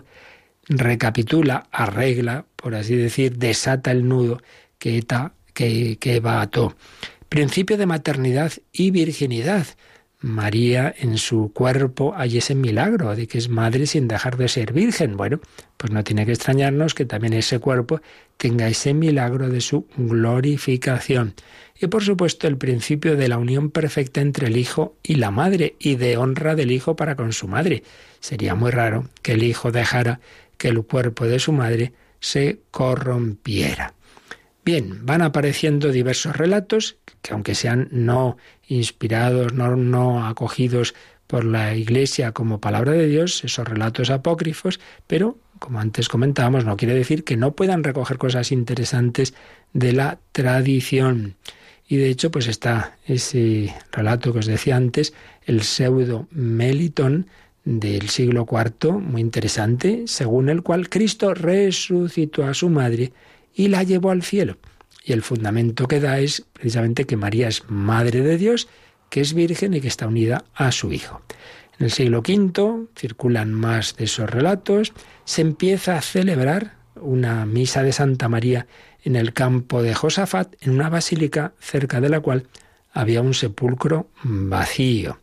recapitula, arregla, por así decir, desata el nudo que, eta, que, que Eva ató. Principio de maternidad y virginidad. María en su cuerpo hay ese milagro de que es madre sin dejar de ser virgen. Bueno, pues no tiene que extrañarnos que también ese cuerpo tenga ese milagro de su glorificación. Y por supuesto el principio de la unión perfecta entre el Hijo y la Madre y de honra del Hijo para con su madre. Sería muy raro que el Hijo dejara que el cuerpo de su madre se corrompiera. Bien, van apareciendo diversos relatos que, aunque sean no inspirados, no, no acogidos por la Iglesia como palabra de Dios, esos relatos apócrifos, pero, como antes comentábamos, no quiere decir que no puedan recoger cosas interesantes de la tradición. Y de hecho, pues está ese relato que os decía antes, el pseudo Melitón del siglo cuarto, muy interesante, según el cual Cristo resucitó a su madre y la llevó al cielo. Y el fundamento que da es precisamente que María es madre de Dios, que es virgen y que está unida a su Hijo. En el siglo quinto circulan más de esos relatos, se empieza a celebrar una misa de Santa María en el campo de Josafat, en una basílica cerca de la cual había un sepulcro vacío.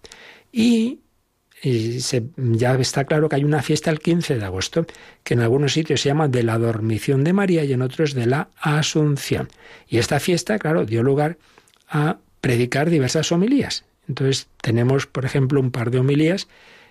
Y Y se, ya está claro que hay una fiesta el quince de agosto, que en algunos sitios se llama de la Dormición de María y en otros de la Asunción. Y esta fiesta, claro, dio lugar a predicar diversas homilías. Entonces tenemos, por ejemplo, un par de homilías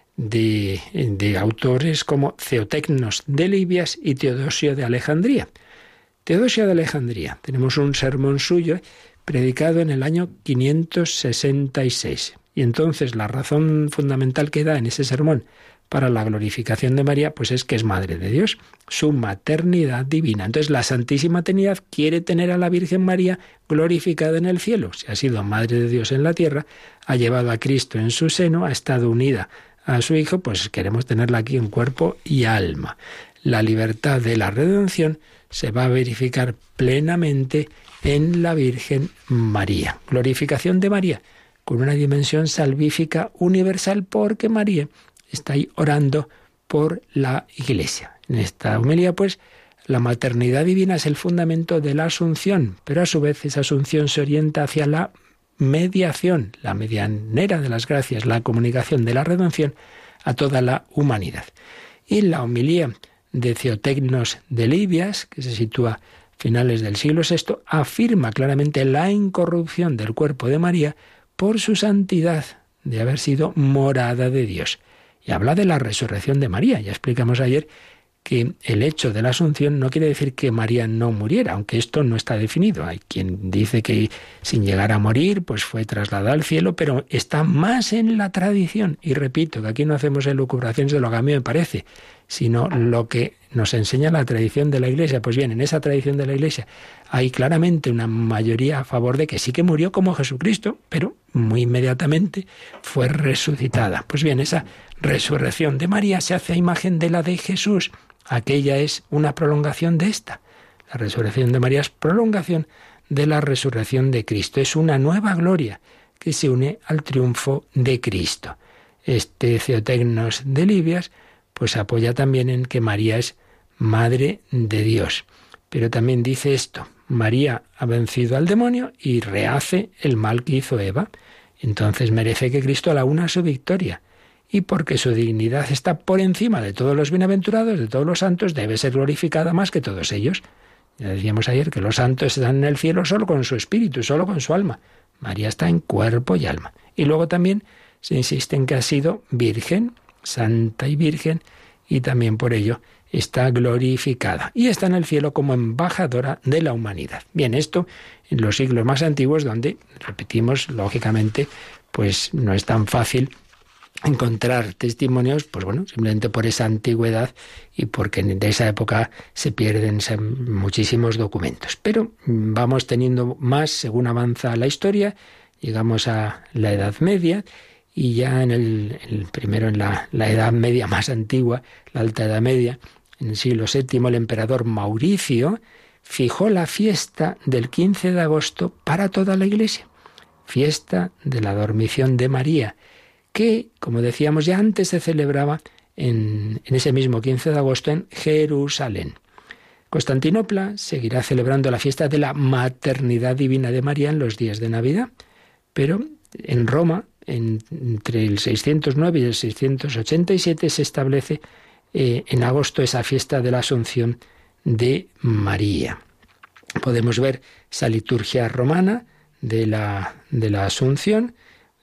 de, de autores como Ceotecnos de Libias y Teodosio de Alejandría. Teodosio de Alejandría, tenemos un sermón suyo predicado en el año quinientos sesenta y seis. Y entonces la razón fundamental que da en ese sermón para la glorificación de María, pues es que es Madre de Dios, su maternidad divina. Entonces la Santísima Trinidad quiere tener a la Virgen María glorificada en el cielo. Si ha sido Madre de Dios en la tierra, ha llevado a Cristo en su seno, ha estado unida a su Hijo, pues queremos tenerla aquí en cuerpo y alma. La libertad de la redención se va a verificar plenamente en la Virgen María. Glorificación de María, con una dimensión salvífica universal, porque María está ahí orando por la Iglesia. En esta homilía, pues, la maternidad divina es el fundamento de la asunción, pero a su vez esa asunción se orienta hacia la mediación, la medianera de las gracias, la comunicación de la redención a toda la humanidad. Y la homilía de Ceotecnos de Libias, que se sitúa a finales del siglo sexto, afirma claramente la incorrupción del cuerpo de María por su santidad de haber sido morada de Dios. Y habla de la resurrección de María. Ya explicamos ayer que el hecho de la Asunción no quiere decir que María no muriera, aunque esto no está definido. Hay quien dice que sin llegar a morir, pues fue trasladada al cielo, pero está más en la tradición. Y repito, que aquí no hacemos elucubraciones de lo que a mí me parece, sino lo que nos enseña la tradición de la Iglesia. Pues bien, en esa tradición de la Iglesia hay claramente una mayoría a favor de que sí que murió como Jesucristo, pero muy inmediatamente fue resucitada. Pues bien, esa resurrección de María se hace a imagen de la de Jesús. Aquella es una prolongación de esta. La resurrección de María es prolongación de la resurrección de Cristo. Es una nueva gloria que se une al triunfo de Cristo. Este Ceotecnos de Libias pues apoya también en que María es Madre de Dios. Pero también dice esto: María ha vencido al demonio y rehace el mal que hizo Eva. Entonces merece que Cristo la una a su victoria. Y porque su dignidad está por encima de todos los bienaventurados, de todos los santos, debe ser glorificada más que todos ellos. Ya decíamos ayer que los santos están en el cielo solo con su espíritu, solo con su alma. María está en cuerpo y alma. Y luego también se insiste en que ha sido virgen, santa y virgen, y también por ello está glorificada. Y está en el cielo como embajadora de la humanidad. Bien, esto en los siglos más antiguos, donde, repetimos, lógicamente, pues no es tan fácil encontrar testimonios, pues bueno, simplemente por esa antigüedad y porque de esa época se pierden muchísimos documentos. Pero vamos teniendo más según avanza la historia, llegamos a la Edad Media y ya en el, el primero en la, la Edad Media más antigua, la Alta Edad Media, en el siglo séptimo, el emperador Mauricio fijó la fiesta del quince de agosto para toda la Iglesia, fiesta de la Dormición de María, que, como decíamos ya antes, se celebraba en, en ese mismo quince de agosto en Jerusalén. Constantinopla seguirá celebrando la fiesta de la maternidad divina de María en los días de Navidad, pero en Roma, en, entre el seiscientos nueve y el seiscientos ochenta y siete, se establece eh, en agosto esa fiesta de la Asunción de María. Podemos ver esa liturgia romana de la, de la Asunción,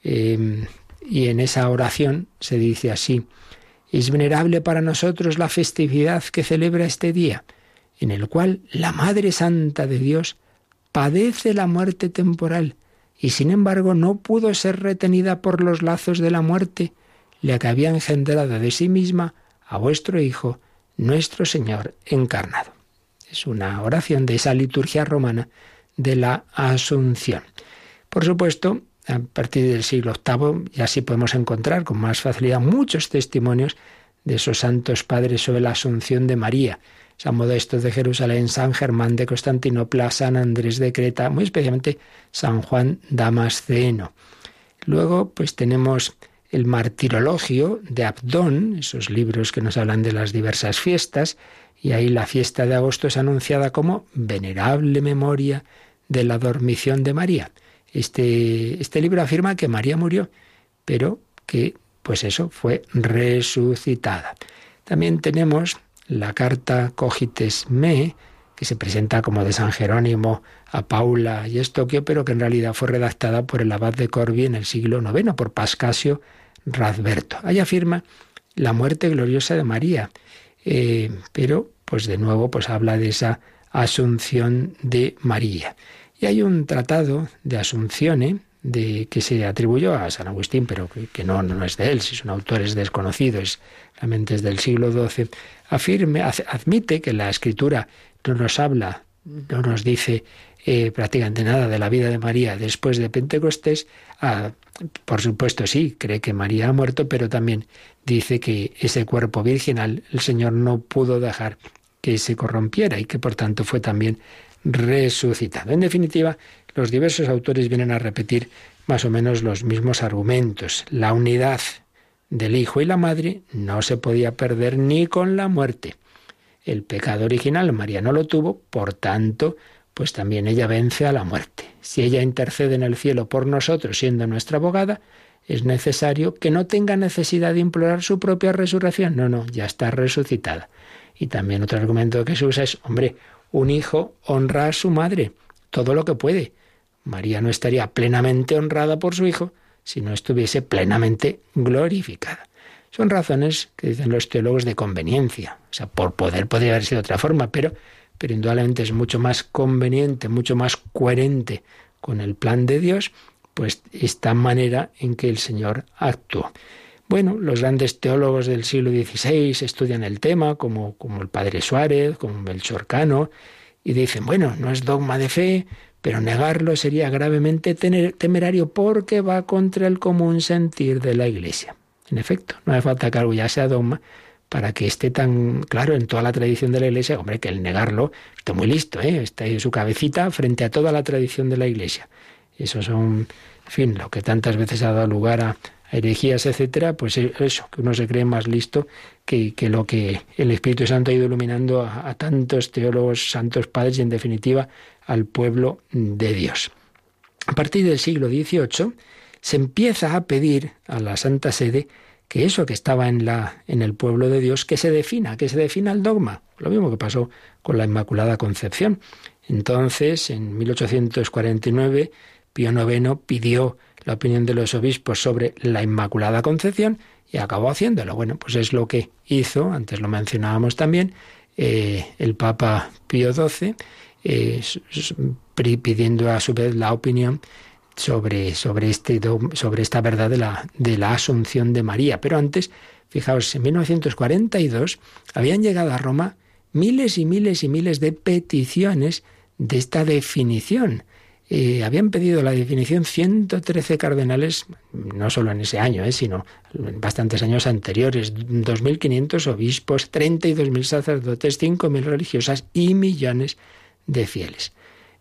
eh, y en esa oración se dice así: es venerable para nosotros la festividad que celebra este día, en el cual la Madre Santa de Dios padece la muerte temporal y sin embargo no pudo ser retenida por los lazos de la muerte, la que había engendrado de sí misma a vuestro Hijo, nuestro Señor encarnado. Es una oración de esa liturgia romana de la Asunción. Por supuesto, a partir del siglo octavo ya sí podemos encontrar con más facilidad muchos testimonios de esos santos padres sobre la Asunción de María. San Modesto de Jerusalén, San Germán de Constantinopla, San Andrés de Creta, muy especialmente San Juan Damasceno. Luego, pues tenemos el Martirologio de Abdón, esos libros que nos hablan de las diversas fiestas, y ahí la fiesta de agosto es anunciada como venerable memoria de la dormición de María. Este, este libro afirma que María murió, pero que, pues eso, fue resucitada. También tenemos la carta Cogites Me, que se presenta como de San Jerónimo a Paula y Estoquio, pero que en realidad fue redactada por el abad de Corbie en el siglo noveno, por Pascasio Radberto. Ahí afirma la muerte gloriosa de María, eh, pero pues de nuevo pues habla de esa asunción de María. Y hay un tratado de Asunción de, que se atribuyó a San Agustín, pero que, que no, no es de él, si son autores desconocidos, realmente es del siglo doce, afirme, admite que la Escritura no nos habla, no nos dice eh, prácticamente nada de la vida de María después de Pentecostés. Ah, por supuesto sí, cree que María ha muerto, pero también dice que ese cuerpo virginal el Señor no pudo dejar que se corrompiera y que por tanto fue también resucitado. En definitiva, los diversos autores vienen a repetir más o menos los mismos argumentos. La unidad del Hijo y la Madre no se podía perder ni con la muerte. El pecado original María no lo tuvo, por tanto, pues también ella vence a la muerte. Si ella intercede en el cielo por nosotros, siendo nuestra abogada, es necesario que no tenga necesidad de implorar su propia resurrección. No, no, ya está resucitada. Y también otro argumento que se usa es, hombre, un hijo honra a su madre todo lo que puede. María no estaría plenamente honrada por su hijo si no estuviese plenamente glorificada. Son razones que dicen los teólogos de conveniencia. O sea, por poder podría haber sido de otra forma, pero, pero indudablemente es mucho más conveniente, mucho más coherente con el plan de Dios, pues esta manera en que el Señor actuó. Bueno, los grandes teólogos del siglo dieciséis estudian el tema, como, como el padre Suárez, como Melchor Cano, y dicen, bueno, no es dogma de fe, pero negarlo sería gravemente temerario porque va contra el común sentir de la Iglesia. En efecto, no hace falta que algo ya sea dogma para que esté tan claro en toda la tradición de la Iglesia. Hombre, que el negarlo está muy listo, ¿eh? Está ahí su cabecita frente a toda la tradición de la Iglesia. Eso son, en fin, lo que tantas veces ha dado lugar a herejías, etcétera, pues eso, que uno se cree más listo que, que lo que el Espíritu Santo ha ido iluminando a, a tantos teólogos, santos padres y, en definitiva, al pueblo de Dios. A partir del siglo dieciocho se empieza a pedir a la Santa Sede que eso que estaba en, la, en el pueblo de Dios, que se defina, que se defina el dogma. Lo mismo que pasó con la Inmaculada Concepción. Entonces, en mil ochocientos cuarenta y nueve, Pío noveno pidió la opinión de los obispos sobre la Inmaculada Concepción y acabó haciéndolo. Bueno, pues es lo que hizo, antes lo mencionábamos también, eh, el Papa Pío doce, eh, pidiendo a su vez la opinión sobre, sobre, este, sobre esta verdad de la, de la Asunción de María. Pero antes, fijaos, en mil novecientos cuarenta y dos habían llegado a Roma miles y miles y miles de peticiones de esta definición. Eh, habían pedido la definición ciento trece cardenales, no solo en ese año, eh, sino en bastantes años anteriores, dos mil quinientos obispos, treinta y dos mil sacerdotes, cinco mil religiosas y millones de fieles.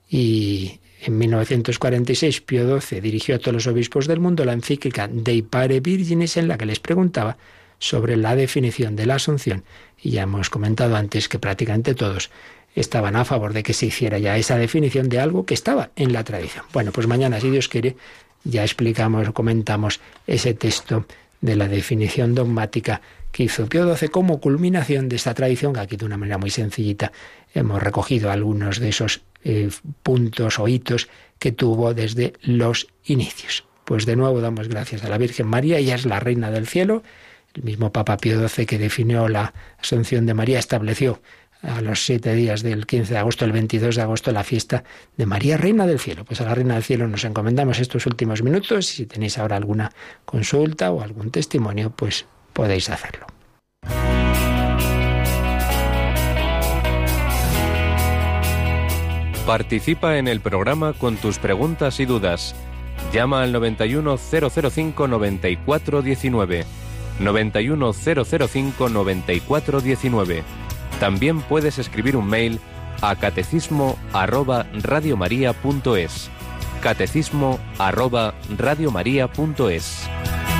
Y en mil novecientos cuarenta y seis, Pío doce dirigió a todos los obispos del mundo la encíclica Dei Pare Virginis, en la que les preguntaba sobre la definición de la Asunción. Y ya hemos comentado antes que prácticamente todos estaban a favor de que se hiciera ya esa definición de algo que estaba en la tradición. Bueno, pues mañana, si Dios quiere, ya explicamos, comentamos ese texto de la definición dogmática que hizo Pío doce como culminación de esta tradición, que aquí de una manera muy sencillita hemos recogido algunos de esos eh, puntos o hitos que tuvo desde los inicios. Pues de nuevo damos gracias a la Virgen María, ella es la Reina del Cielo. El mismo Papa Pío doce, que definió la Asunción de María, estableció a los siete días del quince de agosto, el veintidós de agosto, la fiesta de María, Reina del Cielo. Pues a la Reina del Cielo nos encomendamos estos últimos minutos. Si tenéis ahora alguna consulta o algún testimonio, pues podéis hacerlo. Participa en el programa con tus preguntas y dudas. Llama al noventa y uno, cero cero cinco, noventa y cuatro diecinueve. noventa y uno, cero cero cinco, noventa y cuatro diecinueve. También puedes escribir un mail a catecismo arroba radiomaria.es. Catecismo arroba radiomaria.es.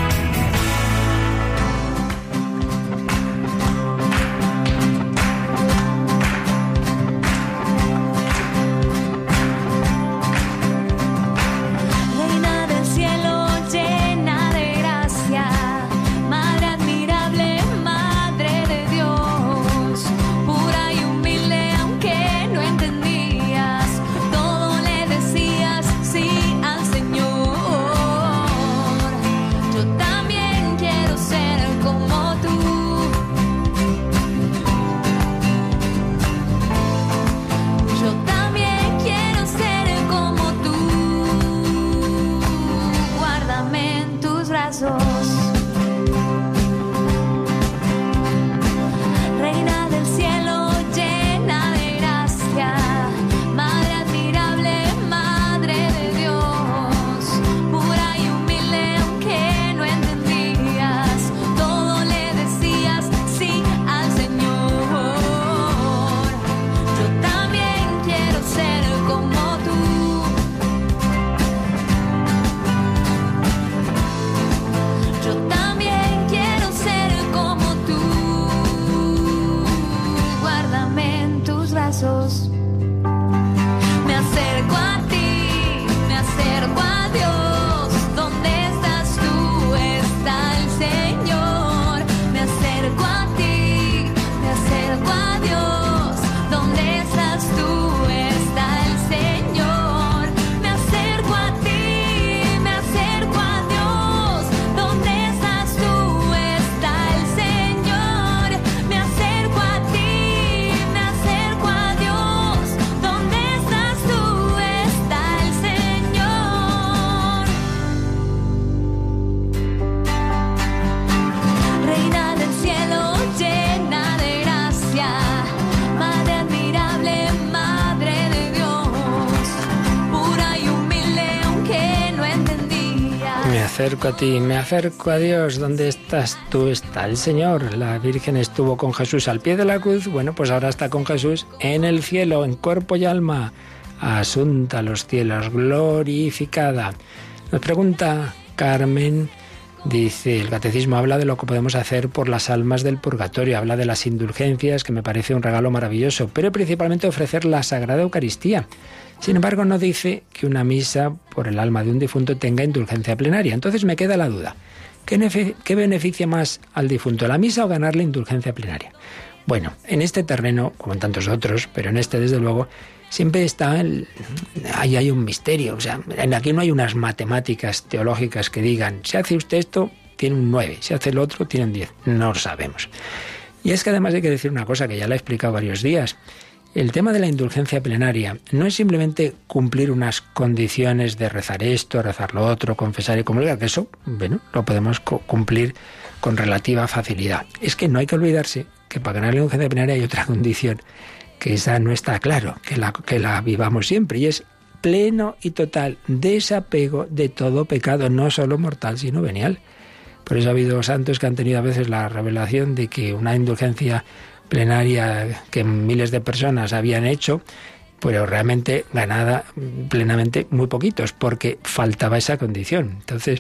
Me acerco a ti, me acerco a Dios. ¿Dónde estás tú? Está el Señor. La Virgen estuvo con Jesús al pie de la cruz. Bueno, pues ahora está con Jesús en el cielo, en cuerpo y alma. Asunta a los cielos, glorificada. Nos pregunta Carmen, dice, el catecismo habla de lo que podemos hacer por las almas del purgatorio, habla de las indulgencias, que me parece un regalo maravilloso, pero principalmente ofrecer la Sagrada Eucaristía. Sin embargo, no dice que una misa por el alma de un difunto tenga indulgencia plenaria. Entonces me queda la duda. ¿Qué, nefe- qué beneficia más al difunto, la misa o ganar la indulgencia plenaria? Bueno, en este terreno, como en tantos otros, pero en este desde luego, siempre está el, ahí hay un misterio. O sea, aquí no hay unas matemáticas teológicas que digan, si hace usted esto, tiene un nueve, si hace el otro, tiene un diez. No lo sabemos. Y es que además hay que decir una cosa que ya la he explicado varios días. El tema de la indulgencia plenaria no es simplemente cumplir unas condiciones de rezar esto, rezar lo otro, confesar y comulgar, que eso, bueno, lo podemos co- cumplir con relativa facilidad. Es que no hay que olvidarse que para ganar la indulgencia plenaria hay otra condición, que esa no está claro, que la, que la vivamos siempre, y es pleno y total desapego de todo pecado, no solo mortal, sino venial. Por eso ha habido santos que han tenido a veces la revelación de que una indulgencia plenaria que miles de personas habían hecho, pero realmente ganada plenamente muy poquitos, porque faltaba esa condición. Entonces,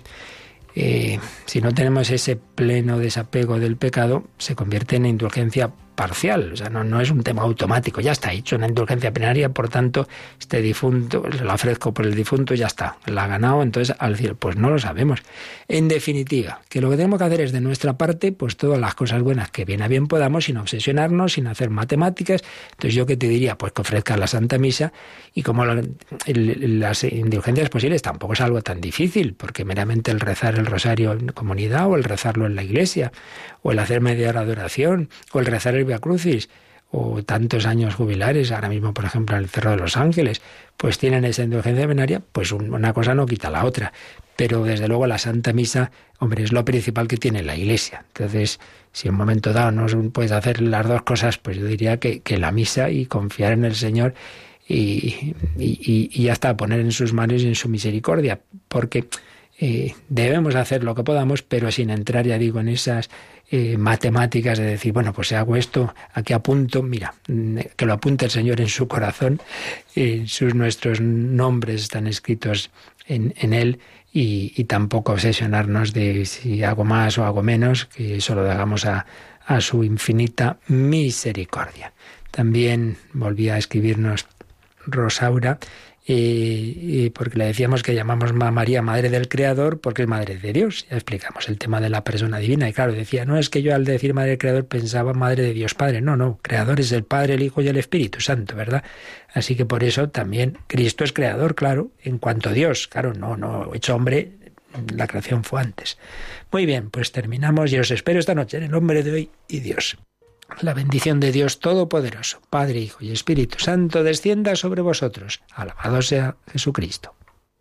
eh, si no tenemos ese pleno desapego del pecado, se convierte en indulgencia parcial. O sea, no, no es un tema automático, ya está hecho una indulgencia plenaria, por tanto, este difunto, lo ofrezco por el difunto, ya está, la ha ganado, entonces al cielo. Pues no lo sabemos. En definitiva, que lo que tenemos que hacer es de nuestra parte, pues todas las cosas buenas que bien a bien podamos, sin obsesionarnos, sin hacer matemáticas. Entonces yo que te diría, pues que ofrezcas la Santa Misa, y como la, el, las indulgencias posibles tampoco es algo tan difícil, porque meramente el rezar el rosario en comunidad, o el rezarlo en la iglesia, o el hacer media hora de oración, o el rezar el Via Crucis, o tantos años jubilares, ahora mismo por ejemplo en el Cerro de los Ángeles, pues tienen esa indulgencia venaria, pues una cosa no quita la otra. Pero desde luego la Santa Misa, hombre, es lo principal que tiene la Iglesia. Entonces, si en un momento dado no puedes hacer las dos cosas, pues yo diría que, que la misa y confiar en el Señor y, y, y ya está, poner en sus manos y en su misericordia, porque eh, debemos hacer lo que podamos, pero sin entrar, ya digo, en esas eh, matemáticas de decir, bueno, pues si hago esto, aquí apunto, mira, que lo apunte el Señor en su corazón, eh, sus nuestros nombres están escritos en, en él, y, y tampoco obsesionarnos de si hago más o hago menos, que eso lo dejamos a, a su infinita misericordia. También volvía a escribirnos Rosaura, eh, porque le decíamos que llamamos a María Madre del Creador porque es Madre de Dios. Ya explicamos el tema de la persona divina y claro, decía, no es que yo al decir Madre del Creador pensaba Madre de Dios Padre, no, no, Creador es el Padre, el Hijo y el Espíritu Santo, ¿verdad? Así que por eso también Cristo es Creador, claro, en cuanto a Dios, claro, no, no, hecho hombre, la creación fue antes. Muy bien, pues terminamos y os espero esta noche en el nombre de hoy y Dios. La bendición de Dios Todopoderoso, Padre, Hijo y Espíritu Santo, descienda sobre vosotros. Alabado sea Jesucristo.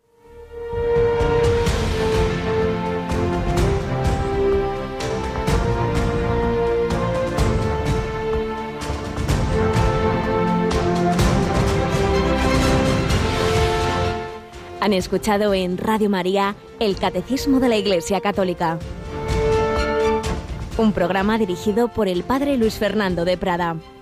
Han escuchado en Radio María el Catecismo de la Iglesia Católica, un programa dirigido por el Padre Luis Fernando de Prada.